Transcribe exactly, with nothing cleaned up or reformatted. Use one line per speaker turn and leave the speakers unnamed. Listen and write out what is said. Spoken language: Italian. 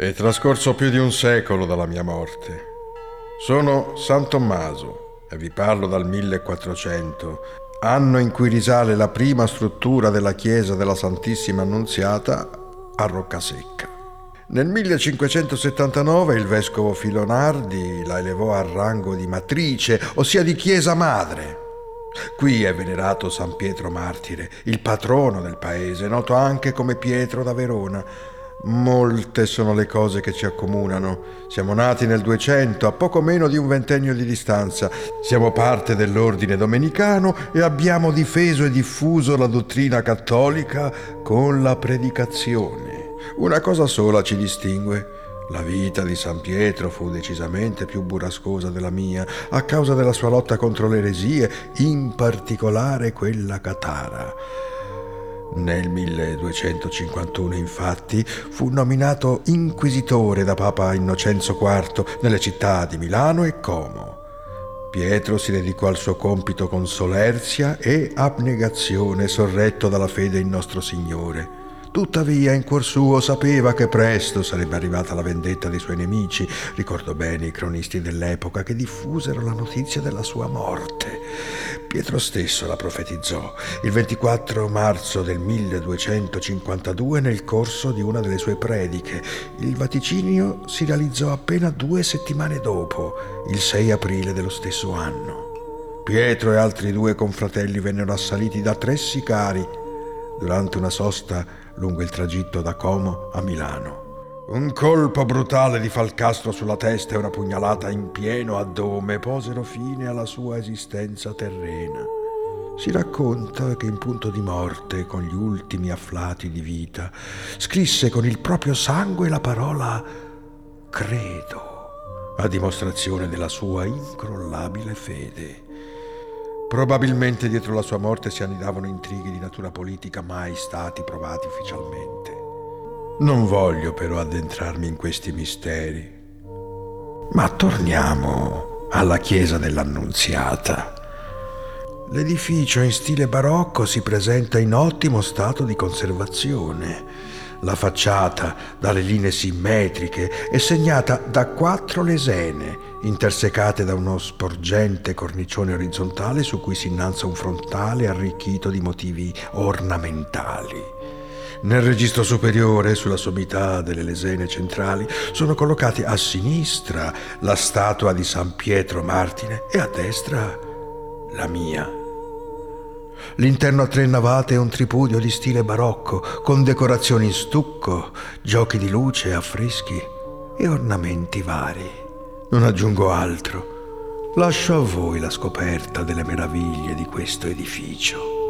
È trascorso più di un secolo dalla mia morte. Sono San Tommaso e vi parlo dal millequattrocento, anno in cui risale la prima struttura della chiesa della Santissima Annunziata a Roccasecca. Nel millecinquecentosettantanove il vescovo Filonardi la elevò al rango di matrice, ossia di chiesa madre. Qui è venerato San Pietro Martire, il patrono del paese, noto anche come Pietro da Verona. Molte sono le cose che ci accomunano. Siamo nati nel duecento, a poco meno di un ventennio di distanza. Siamo parte dell'ordine domenicano e abbiamo difeso e diffuso la dottrina cattolica con la predicazione. Una cosa sola ci distingue. La vita di San Pietro fu decisamente più burrascosa della mia, a causa della sua lotta contro le eresie, in particolare quella catara. Nel milleduecentocinquantuno, infatti, fu nominato inquisitore da Papa Innocenzo quarto nelle città di Milano e Como. Pietro si dedicò al suo compito con solerzia e abnegazione, sorretto dalla fede in nostro Signore. Tuttavia, in cuor suo sapeva che presto sarebbe arrivata la vendetta dei suoi nemici. Ricordo bene i cronisti dell'epoca che diffusero la notizia della sua morte. Pietro stesso la profetizzò il ventiquattro marzo del milleduecentocinquantadue nel corso di una delle sue prediche. Il vaticinio si realizzò appena due settimane dopo, il sei aprile dello stesso anno. Pietro e altri due confratelli vennero assaliti da tre sicari durante una sosta lungo il tragitto da Como a Milano. Un colpo brutale di falcastro sulla testa e una pugnalata in pieno addome posero fine alla sua esistenza terrena. Si racconta che in punto di morte, con gli ultimi afflati di vita, scrisse con il proprio sangue la parola credo, a dimostrazione della sua incrollabile fede. Probabilmente dietro la sua morte si annidavano intrighi di natura politica mai stati provati ufficialmente. Non voglio però addentrarmi in questi misteri. Ma torniamo alla chiesa dell'Annunziata. L'edificio in stile barocco si presenta in ottimo stato di conservazione. La facciata, dalle linee simmetriche, è segnata da quattro lesene, intersecate da uno sporgente cornicione orizzontale su cui si innalza un frontale arricchito di motivi ornamentali. Nel registro superiore, sulla sommità delle lesene centrali, sono collocati a sinistra la statua di San Pietro Martire e a destra la mia. L'interno a tre navate è un tripudio di stile barocco, con decorazioni in stucco, giochi di luce, affreschi e ornamenti vari. Non aggiungo altro. Lascio a voi la scoperta delle meraviglie di questo edificio.